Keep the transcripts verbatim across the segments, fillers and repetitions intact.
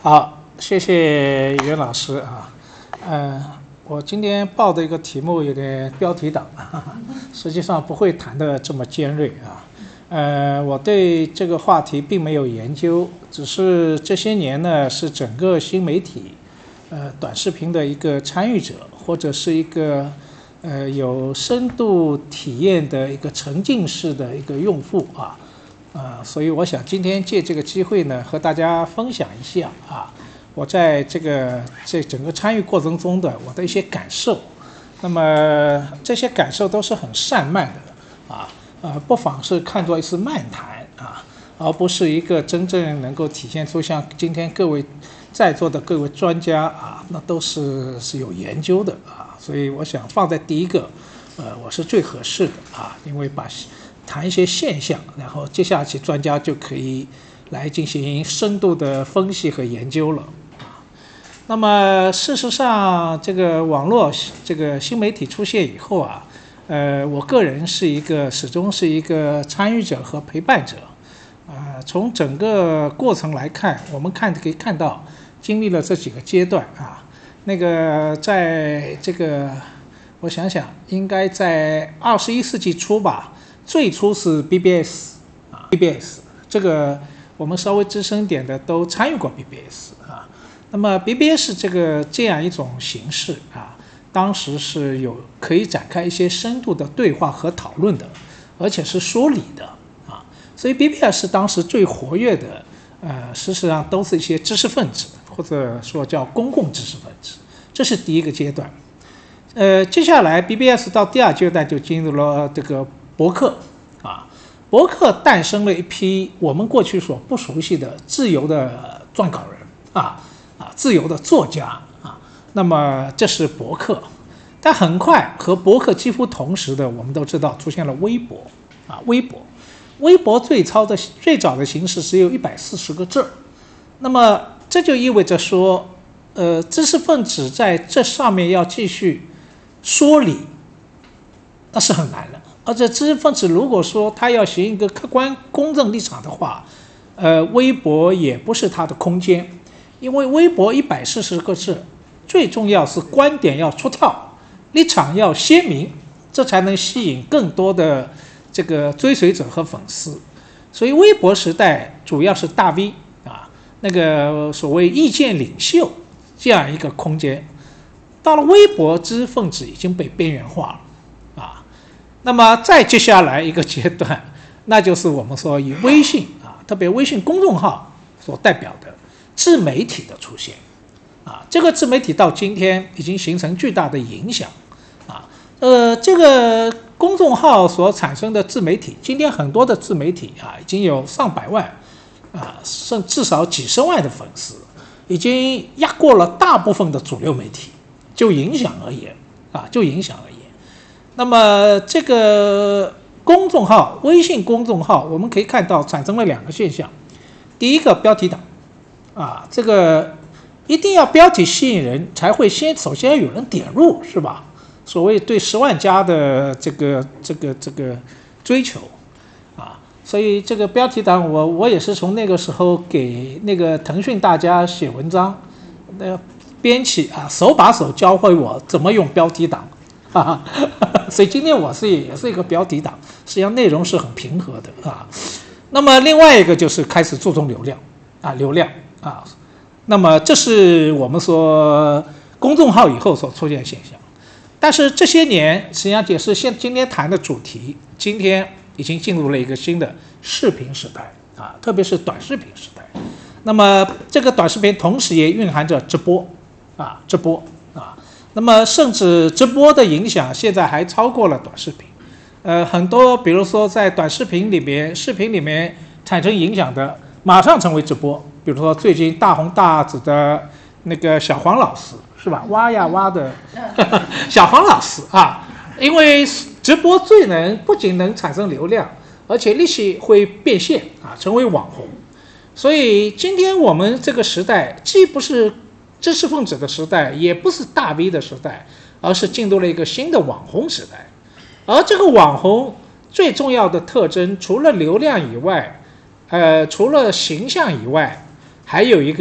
好，谢谢袁老师啊。呃，我今天报的一个题目有点标题党，哈哈，实际上不会谈的这么尖锐啊。呃，我对这个话题并没有研究，只是这些年呢是整个新媒体，呃，短视频的一个参与者，或者是一个呃有深度体验的一个沉浸式的一个用户啊。啊、呃，所以我想今天借这个机会呢，和大家分享一下啊，我在这个这整个参与过程中的我的一些感受。那么这些感受都是很散漫的啊，呃，不妨是看作一次漫谈啊，而不是一个真正能够体现出像今天各位在座的各位专家啊，那都是是有研究的啊，所以我想放在第一个，呃，我是最合适的啊，因为把谈一些现象，然后接下去专家就可以来进行深度的分析和研究了。那么事实上，这个网络这个新媒体出现以后啊，呃，我个人是一个始终是一个参与者和陪伴者。啊、呃，从整个过程来看，我们看可以看到经历了这几个阶段啊。那个在这个我想想，应该在二十一世纪初吧。最初是 B B S 啊 ，B B S 这个我们稍微资深点的都参与过 B B S 啊。那么 B B S 这个这样一种形式啊，当时是有可以展开一些深度的对话和讨论的，而且是说理的啊。所以 B B S 当时最活跃的，呃，事实上都是一些知识分子，或者说叫公共知识分子，这是第一个阶段。呃，接下来 B B S 到第二阶段就进入了这个博客啊，博客诞生了一批我们过去所不熟悉的自由的撰稿人啊啊，自由的作家啊。那么这是博客，但很快和博客几乎同时的，我们都知道出现了微博啊，微博，微博最早的最早的形式只有一百四十个字，那么这就意味着说，呃，知识分子在这上面要继续说理，那是很难的。而且知识分子如果说他要行一个客观公正立场的话，呃，微博也不是他的空间，因为微博一百四十个字，最重要是观点要出挑，立场要鲜明，这才能吸引更多的这个追随者和粉丝。所以微博时代主要是大 V 啊，那个所谓意见领袖这样一个空间。到了微博，知识分子已经被边缘化了。那么再接下来一个阶段，那就是我们说以微信啊，特别微信公众号所代表的自媒体的出现啊，这个自媒体到今天已经形成巨大的影响啊。呃，这个公众号所产生的自媒体，今天很多的自媒体啊，已经有上百万啊，甚至少几十万的粉丝，已经压过了大部分的主流媒体。就影响而言啊，就影响而言。那么这个公众号，微信公众号，我们可以看到产生了两个现象。第一个，标题党啊，这个一定要标题吸引人，才会先首先有人点入，是吧？所谓对十万加的这个这个这个追求啊，所以这个标题党，我我也是从那个时候给那个腾讯大家写文章，那编辑啊手把手教会我怎么用标题党。啊，所以今天我是也是一个标题党，实际上内容是很平和的啊。那么另外一个就是开始注重流量啊，流量啊。那么这是我们说公众号以后所出现的现象。但是这些年实际上也是现今天谈的主题，今天已经进入了一个新的视频时代啊，特别是短视频时代。那么这个短视频同时也蕴含着直播啊，直播啊。那么甚至直播的影响现在还超过了短视频，呃，很多比如说在短视频里面、视频里面产生影响的，马上成为直播。比如说最近大红大紫的那个小黄老师，是吧？挖呀挖的呵呵小黄老师啊，因为直播最能不仅能产生流量，而且立即会变现啊，成为网红。所以今天我们这个时代既不是知识分子的时代，也不是大 V 的时代，而是进入了一个新的网红时代。而这个网红最重要的特征，除了流量以外，呃，除了形象以外，还有一个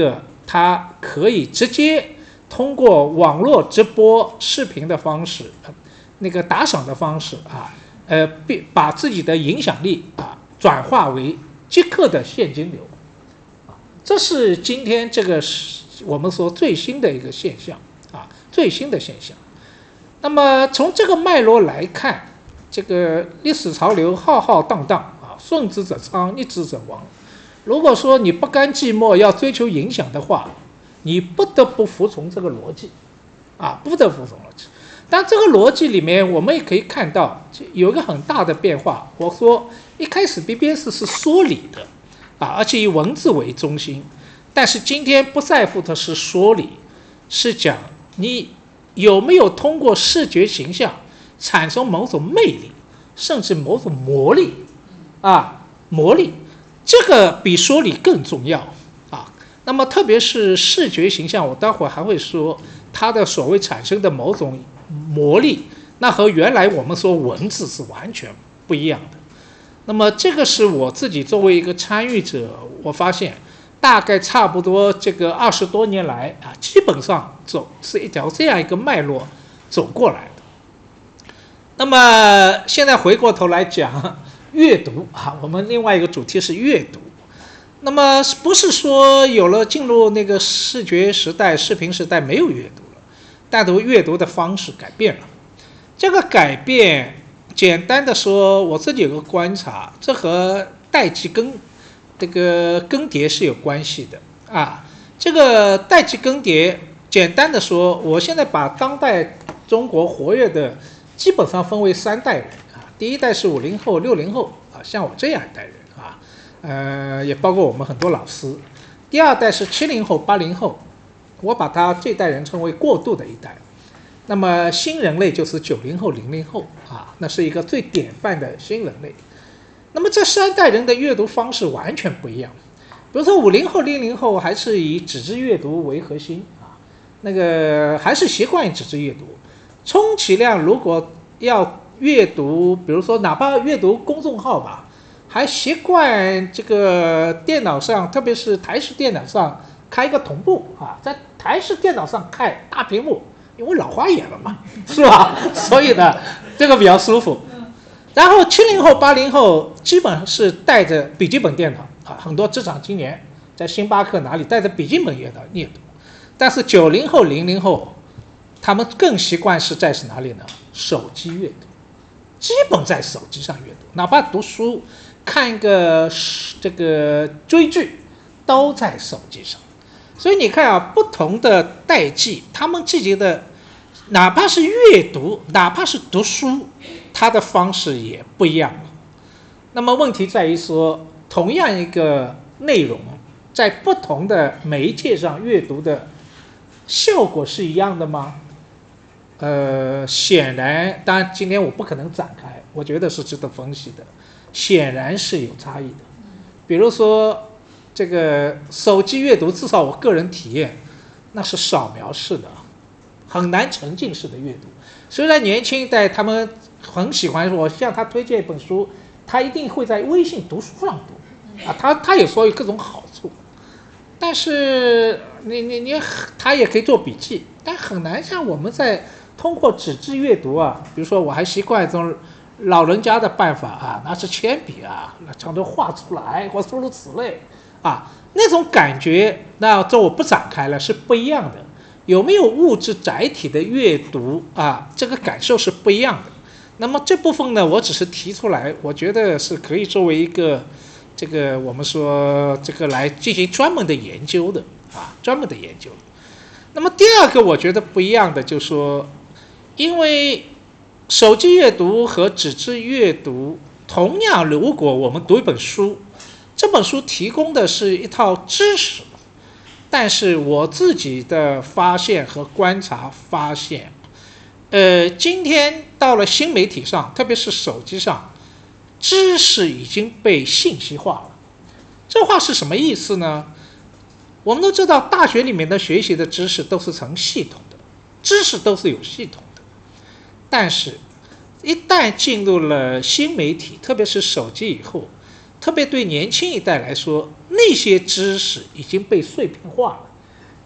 它可以直接通过网络直播视频的方式，那个打赏的方式啊，呃，把自己的影响力啊转化为即刻的现金流，啊，这是今天这个我们说最新的一个现象啊，最新的现象。那么从这个脉络来看，这个历史潮流浩浩荡荡啊，顺之者昌，逆之者亡。如果说你不甘寂寞，要追求影响的话，你不得不服从这个逻辑，啊，不得不服从逻辑。但这个逻辑里面，我们也可以看到有一个很大的变化。我说一开始 B B S 是说理的，啊，而且以文字为中心，但是今天不在乎的是说理，是讲你有没有通过视觉形象产生某种魅力，甚至某种魔力，啊，魔力，这个比说理更重要啊。那么特别是视觉形象，我待会儿还会说它的所谓产生的某种魔力，那和原来我们说文字是完全不一样的。那么这个是我自己作为一个参与者，我发现大概差不多这个二十多年来啊，基本上走是一条这样一个脉络走过来的。那么现在回过头来讲阅读啊，我们另外一个主题是阅读。那么不是说有了进入那个视觉时代、视频时代没有阅读了，但读阅读的方式改变了。这个改变，简单的说，我自己有个观察，这和代际更这个更迭是有关系的啊。这个代际更迭，简单的说，我现在把当代中国活跃的基本上分为三代人啊。第一代是五零后、六零后啊，像我这样一代人啊，呃，也包括我们很多老师。第二代是七零后、八零后，我把他这代人称为过渡的一代。那么新人类就是九零后、零零后啊，那是一个最典范的新人类。那么这三代人的阅读方式完全不一样。比如说五零后、零零后还是以纸质阅读为核心啊，那个还是习惯于纸质阅读，充其量如果要阅读，比如说哪怕阅读公众号吧，还习惯这个电脑上，特别是台式电脑上开一个同步啊，在台式电脑上看大屏幕，因为老花眼了嘛，是吧？所以呢，这个比较舒服。然后七零后、八零后基本上是带着笔记本电脑啊，很多职场青年在星巴克哪里带着笔记本阅读阅读。但是九零后、零零后，他们更习惯是在是哪里呢？手机阅读，基本在手机上阅读，哪怕读书、看一个这个追剧，都在手机上。所以你看啊，不同的代际，他们自己的哪怕是阅读，哪怕是读书，它的方式也不一样了。那么问题在于说，同样一个内容，在不同的媒介上阅读的效果是一样的吗？呃，显然，当然今天我不可能展开，我觉得是值得分析的，显然是有差异的。比如说这个手机阅读，至少我个人体验，那是扫描式的，很难沉浸式的阅读。虽然年轻一代他们很喜欢我向他推荐一本书，他一定会在微信读书上读啊，他他也说有各种好处，但是你你你他也可以做笔记，但很难像我们在通过纸质阅读啊，比如说我还习惯这种老人家的办法啊，拿着铅笔啊，常常画出来或诸如此类啊，那种感觉，那这我不展开了，是不一样的。有没有物质载体的阅读啊？这个感受是不一样的。那么这部分呢，我只是提出来，我觉得是可以作为一个这个我们说这个来进行专门的研究的啊，专门的研究。那么第二个我觉得不一样的就是说，因为手机阅读和纸质阅读同样，如果我们读一本书，这本书提供的是一套知识。但是我自己的发现和观察发现，呃，今天到了新媒体上，特别是手机上，知识已经被信息化了。这话是什么意思呢？我们都知道，大学里面的学习的知识都是成系统的，知识都是有系统的。但是，一旦进入了新媒体，特别是手机以后，特别对年轻一代来说，那些知识已经被碎片化了，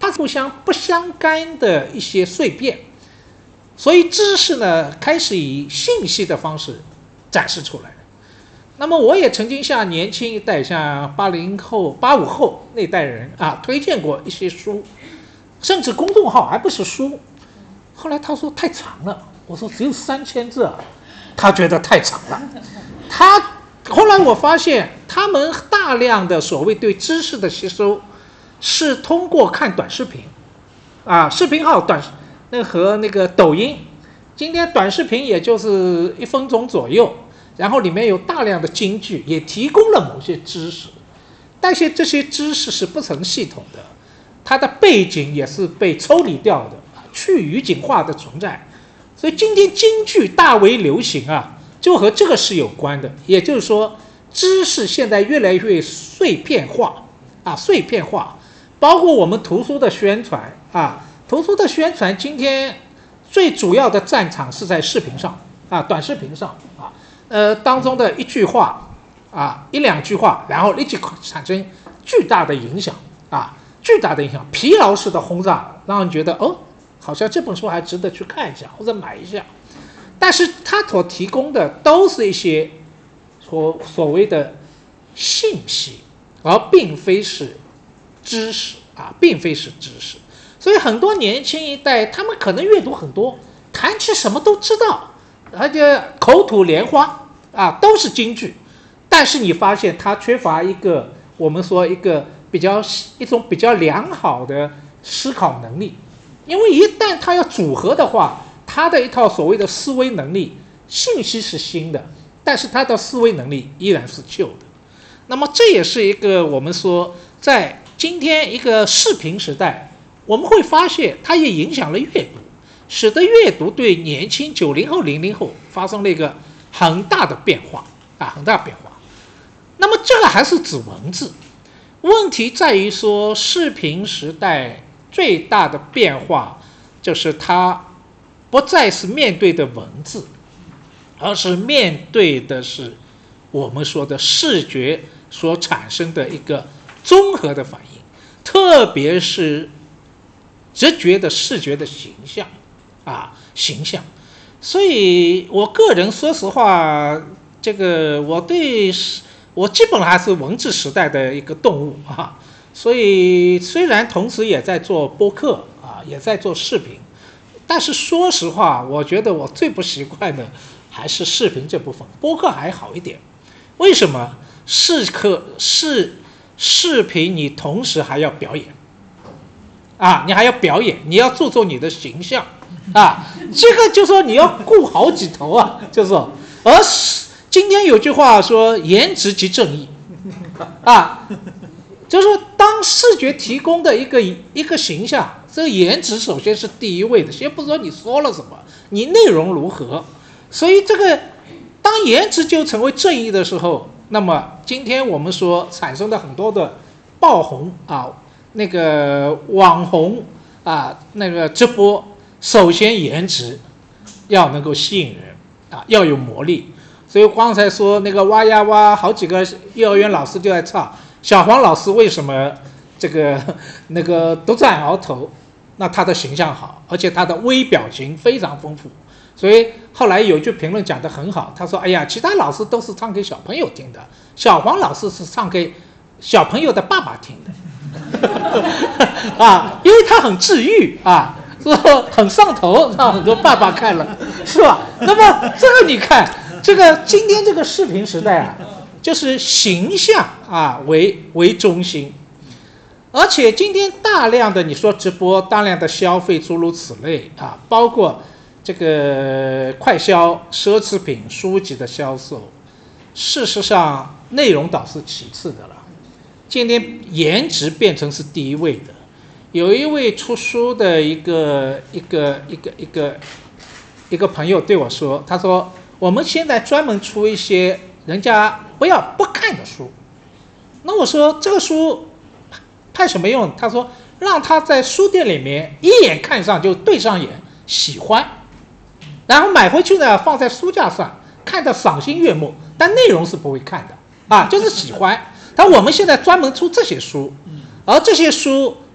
它互相不相干的一些碎片，所以知识呢开始以信息的方式展示出来。那么我也曾经向年轻一代，像八零后、八五后那代人啊，推荐过一些书，甚至公众号，还不是书。后来他说太长了，我说只有三千字啊，他觉得太长了。他后来我发现，他们大量的所谓对知识的吸收，是通过看短视频，啊，视频号短那个和那个抖音，今天短视频也就是一分钟左右。然后里面有大量的金句，也提供了某些知识，但是这些知识是不成系统的，它的背景也是被抽离掉的，去语景化的存在。所以今天金句大为流行啊，就和这个是有关的。也就是说，知识现在越来越碎片化啊，碎片化，包括我们图书的宣传啊，图书的宣传今天最主要的战场是在视频上啊，短视频上啊。呃，当中的一句话啊，一两句话，然后立即产生巨大的影响啊，巨大的影响，疲劳式的轰炸，让人觉得哦，好像这本书还值得去看一下或者买一下。但是它所提供的都是一些所所谓的信息，而并非是知识啊，并非是知识。所以很多年轻一代，他们可能阅读很多，谈起什么都知道。而且口吐莲花啊，都是金句，但是你发现它缺乏一个我们说一个比较一种比较良好的思考能力，因为一旦它要组合的话，它的一套所谓的思维能力，信息是新的，但是它的思维能力依然是旧的。那么这也是一个我们说在今天一个视频时代，我们会发现它也影响了阅读。使得阅读对年轻九零后、零零后发生了一个很大的变化啊，很大的变化。那么这个还是指文字，问题在于说，视频时代最大的变化就是它不再是面对的文字，而是面对的是我们说的视觉所产生的一个综合的反应，特别是直觉的视觉的形象。啊，形象，所以我个人说实话，这个我对我基本还是文字时代的一个动物啊，所以虽然同时也在做播客啊，也在做视频，但是说实话，我觉得我最不习惯的还是视频这部分，播客还好一点。为什么？视课视视频你同时还要表演啊，你还要表演，你要注重你的形象。啊，这个就说你要顾好几头啊，就是说，而今天有句话说颜值即正义，啊，就是说当视觉提供的一个一个形象，这个颜值首先是第一位的，先不说你说了什么，你内容如何，所以这个当颜值就成为正义的时候，那么今天我们说产生的很多的爆红啊，那个网红啊，那个直播。首先颜值要能够吸引人啊，要有魔力。所以刚才说那个哇呀哇，好几个幼儿园老师就在唱小黄老师为什么这个那个独占鳌头，那他的形象好，而且他的微表情非常丰富。所以后来有一句评论讲得很好，他说哎呀，其他老师都是唱给小朋友听的，小黄老师是唱给小朋友的爸爸听的啊，因为他很治愈啊，是很上头，让很多爸爸看了，是吧？那么这个你看，这个今天这个视频时代啊，就是形象啊为为中心，而且今天大量的你说直播，大量的消费诸如此类啊，包括这个快消、奢侈品、书籍的销售，事实上内容倒是其次的了，今天颜值变成是第一位的。有一位出书的一个一个一个一个一个朋友对我说，他说我们现在专门出一些人家不要不看的书。那我说这个书派什么用？他说让他在书店里面一眼看上就对上眼，喜欢，然后买回去呢放在书架上，看得赏心悦目，但内容是不会看的啊，就是喜欢。但我们现在专门出这些书，而这些书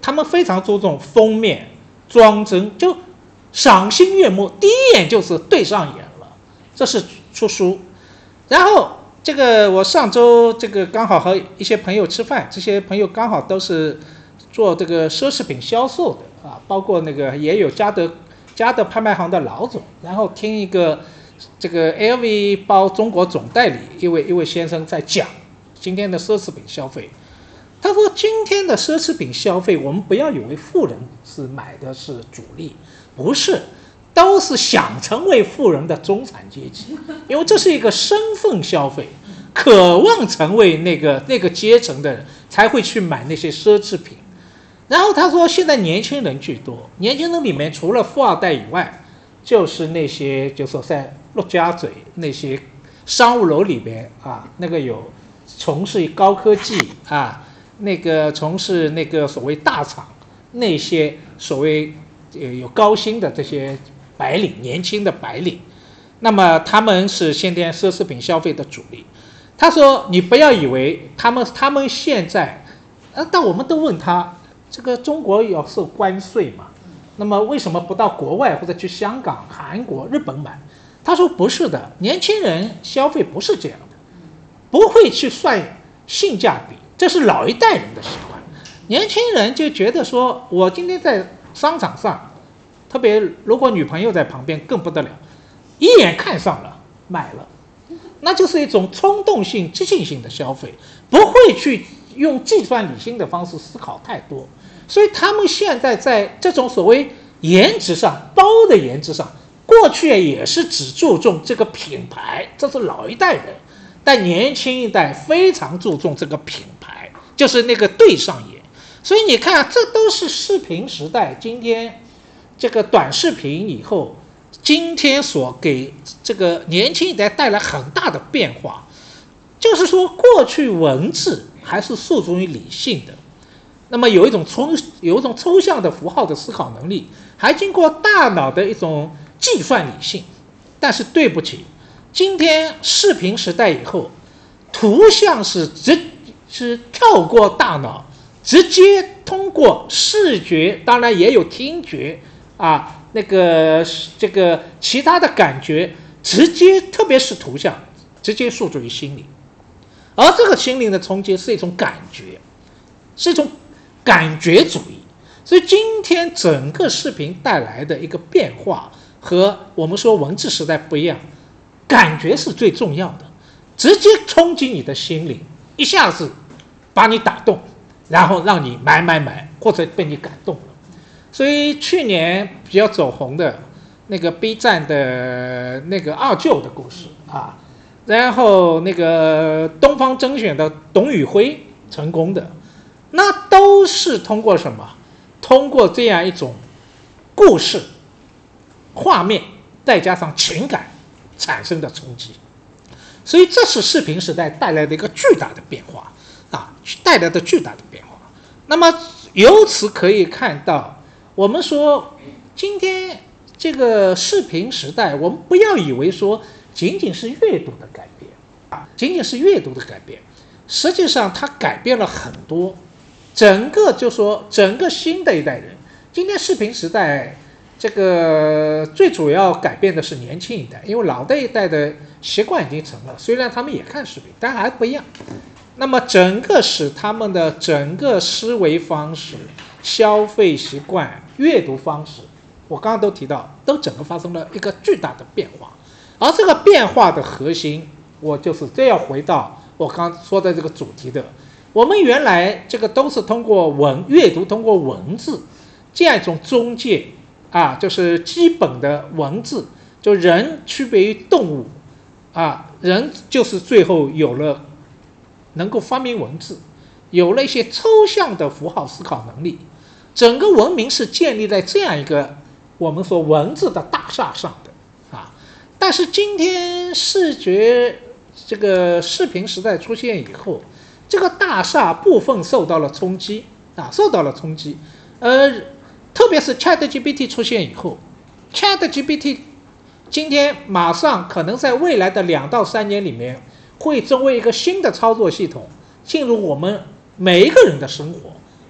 他们非常注重封面装帧，就赏心悦目，第一眼就是对上眼了。这是出书。然后这个我上周这个刚好和一些朋友吃饭，这些朋友刚好都是做这个奢侈品销售的啊，包括那个也有嘉德嘉德拍卖行的老总，然后听一个这个 L V 包中国总代理一位一位先生在讲今天的奢侈品消费。他说今天的奢侈品消费，我们不要以为富人是买的是主力，不是，都是想成为富人的中产阶级，因为这是一个身份消费，渴望成为那个那个阶层的人才会去买那些奢侈品。然后他说现在年轻人居多，年轻人里面除了富二代以外，就是那些就说在陆家嘴那些商务楼里边啊，那个有从事高科技啊，那个从事那个所谓大厂，那些所谓呃有高薪的这些白领，年轻的白领，那么他们是现在奢侈品消费的主力。他说你不要以为他们他们现在，呃，但我们都问他，这个中国要受关税嘛，那么为什么不到国外或者去香港、韩国、日本买？他说不是的，年轻人消费不是这样的，不会去算性价比，这是老一代人的习惯。年轻人就觉得说，我今天在商场上，特别如果女朋友在旁边更不得了，一眼看上了买了，那就是一种冲动性、激进性的消费，不会去用计算理性的方式思考太多。所以他们现在在这种所谓颜值上，包的颜值上，过去也是只注重这个品牌，这是老一代人，但年轻一代非常注重这个品牌，就是那个对上眼。所以你看，这都是视频时代，今天这个短视频以后，今天所给这个年轻一代带来很大的变化。就是说，过去文字还是诉诸于理性的，那么有一种抽有一种抽象的符号的思考能力，还经过大脑的一种计算理性。但是对不起，今天视频时代以后，图像是直是跳过大脑，直接通过视觉，当然也有听觉啊，那个这个其他的感觉，直接特别是图像，直接诉诸于心理。而这个心灵的冲击是一种感觉，是一种感觉主义。所以今天整个视频带来的一个变化和我们说文字时代不一样，感觉是最重要的，直接冲击你的心灵，一下子把你打动，然后让你买买买，或者被你感动了。所以去年比较走红的那个 B 站的那个二舅的故事啊，然后那个东方甄选的董宇辉成功的，那都是通过什么？通过这样一种故事、画面，再加上情感产生的冲击。所以这是视频时代带来的一个巨大的变化啊，带来的巨大的变化。那么由此可以看到，我们说今天这个视频时代，我们不要以为说仅仅是阅读的改变啊，仅仅是阅读的改变，实际上它改变了很多。整个就说整个新的一代人，今天视频时代这个最主要改变的是年轻一代，因为老的一代的习惯已经成了，虽然他们也看视频，但还不一样。那么整个使他们的整个思维方式、消费习惯、阅读方式，我刚刚都提到，都整个发生了一个巨大的变化。而这个变化的核心，我就是这要回到我刚说的这个主题的，我们原来这个都是通过文阅读，通过文字这样一种中介啊，就是基本的文字，就人区别于动物啊，人就是最后有了能够发明文字，有了一些抽象的符号思考能力，整个文明是建立在这样一个我们说文字的大厦上的啊。但是今天视觉这个视频时代出现以后，这个大厦部分受到了冲击啊，受到了冲击。呃，特别是 ChatGPT 出现以后 ，ChatGPT 今天马上可能在未来的两到三年里面，会成为一个新的操作系统，进入我们每一个人的生活，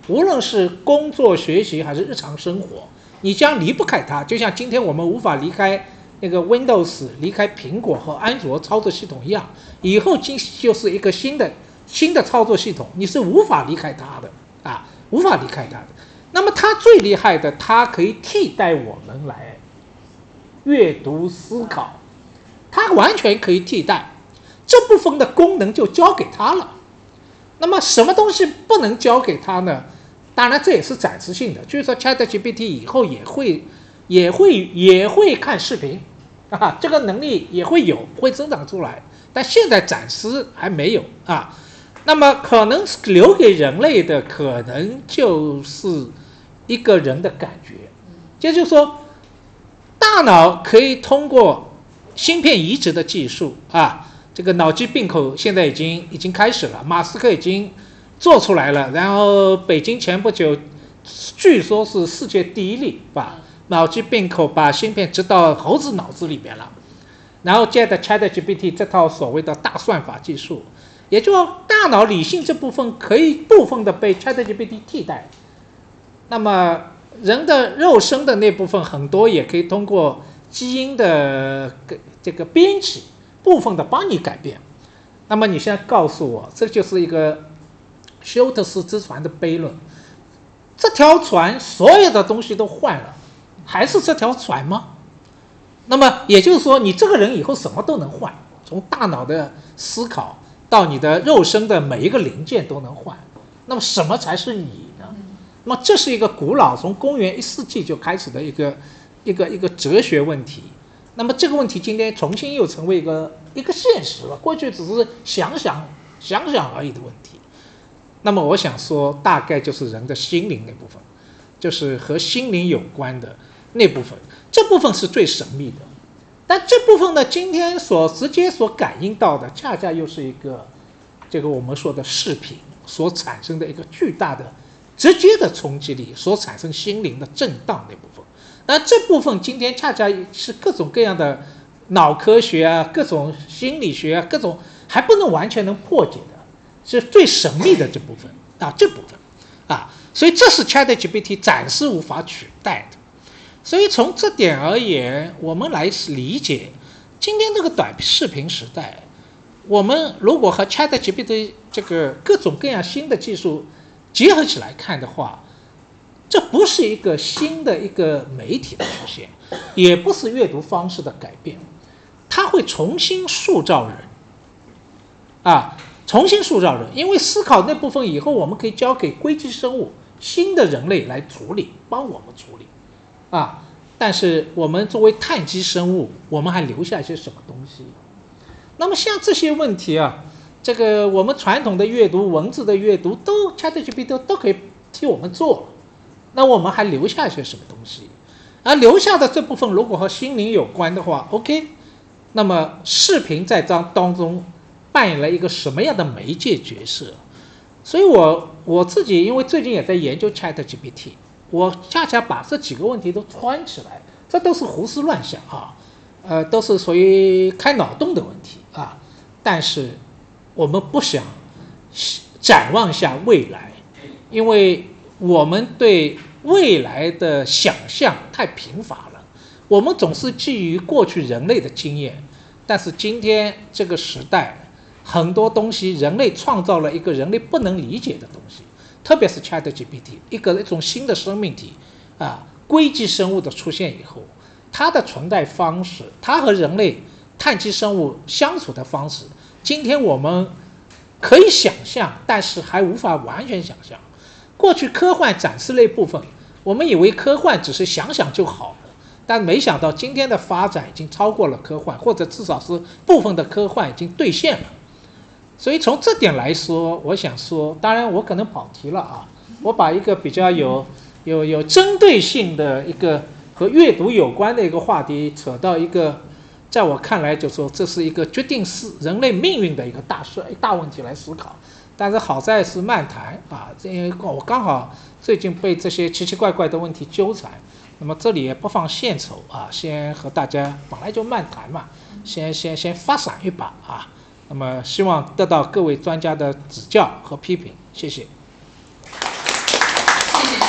无论是工作、学习还是日常生活，你将离不开它。就像今天我们无法离开那个 Windows、离开苹果和安卓操作系统一样，以后就就是一个新的新的操作系统，你是无法离开它的啊，无法离开它的。那么它最厉害的，它可以替代我们来阅读思考，它完全可以替代。这部分的功能就交给它了。那么什么东西不能交给它呢？当然这也是暂时性的，就是说 ChatGPT 以后也会也会也会看视频啊，这个能力也会有，会增长出来，但现在暂时还没有啊。那么可能留给人类的，可能就是一个人的感觉，也就是说，大脑可以通过芯片移植的技术啊。这个脑机并口现在已经已经开始了，马斯克已经做出来了，然后北京前不久据说是世界第一例把脑机并口把芯片植到猴子脑子里边了，然后接着 ChatGPT 这套所谓的大算法技术，也就大脑理性这部分可以部分的被 ChatGPT 替代，那么人的肉身的那部分很多也可以通过基因的这个编辑部分的帮你改变。那么你现在告诉我，这就是一个修特斯之船的悖论，这条船所有的东西都换了，还是这条船吗？那么也就是说，你这个人以后什么都能换，从大脑的思考到你的肉身的每一个零件都能换，那么什么才是你呢？那么这是一个古老从公元一世纪就开始的一个一个一个哲学问题。那么这个问题今天重新又成为一个一个现实了，过去只是想想想想而已的问题。那么我想说，大概就是人的心灵那部分，就是和心灵有关的那部分，这部分是最神秘的。但这部分呢，今天所直接所感应到的，恰恰又是一个这个我们说的视频所产生的一个巨大的直接的冲击力，所产生心灵的震荡那部分。那这部分今天恰恰是各种各样的脑科学啊，各种心理学啊，各种还不能完全能破解的，是最神秘的这部分啊，这部分啊，所以这是 ChatGPT 暂时无法取代的。所以从这点而言，我们来理解今天这个短视频时代，我们如果和 ChatGPT 这个各种各样新的技术结合起来看的话，这不是一个新的一个媒体的出现，也不是阅读方式的改变，它会重新塑造人啊，重新塑造人。因为思考那部分以后我们可以交给硅基生物新的人类来处理，帮我们处理啊。但是我们作为碳基生物，我们还留下一些什么东西？那么像这些问题啊，这个我们传统的阅读、文字的阅读都 ChatGPT 都, 都可以替我们做了，那我们还留下一些什么东西？而留下的这部分如果和心灵有关的话 OK， 那么视频在这当中扮演了一个什么样的媒介角色？所以我我自己因为最近也在研究 ChatGPT， 我恰恰把这几个问题都串起来，这都是胡思乱想啊，呃，都是属于开脑洞的问题啊。但是我们不想展望一下未来，因为我们对未来的想象太贫乏了，我们总是基于过去人类的经验，但是今天这个时代很多东西人类创造了一个人类不能理解的东西，特别是 ChatGPT 一个一种新的生命体啊，硅基生物的出现以后，它的存在方式，它和人类碳基生物相处的方式，今天我们可以想象，但是还无法完全想象。过去科幻展示类部分，我们以为科幻只是想想就好了，但没想到今天的发展已经超过了科幻，或者至少是部分的科幻已经兑现了。所以从这点来说，我想说，当然我可能跑题了啊，我把一个比较有有有针对性的一个和阅读有关的一个话题扯到一个，在我看来就说这是一个决定是人类命运的一个大事大问题来思考。但是好在是漫谈啊，因为我刚好最近被这些奇奇怪怪的问题纠缠，那么这里也不放献丑啊，先和大家本来就漫谈嘛，先先先发散一把啊，那么希望得到各位专家的指教和批评，谢谢。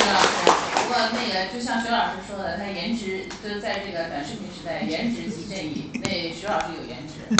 徐老师，不过那个就像徐老师说的，他颜值就在这个短视频时代，颜值即正义。那徐老师有颜值。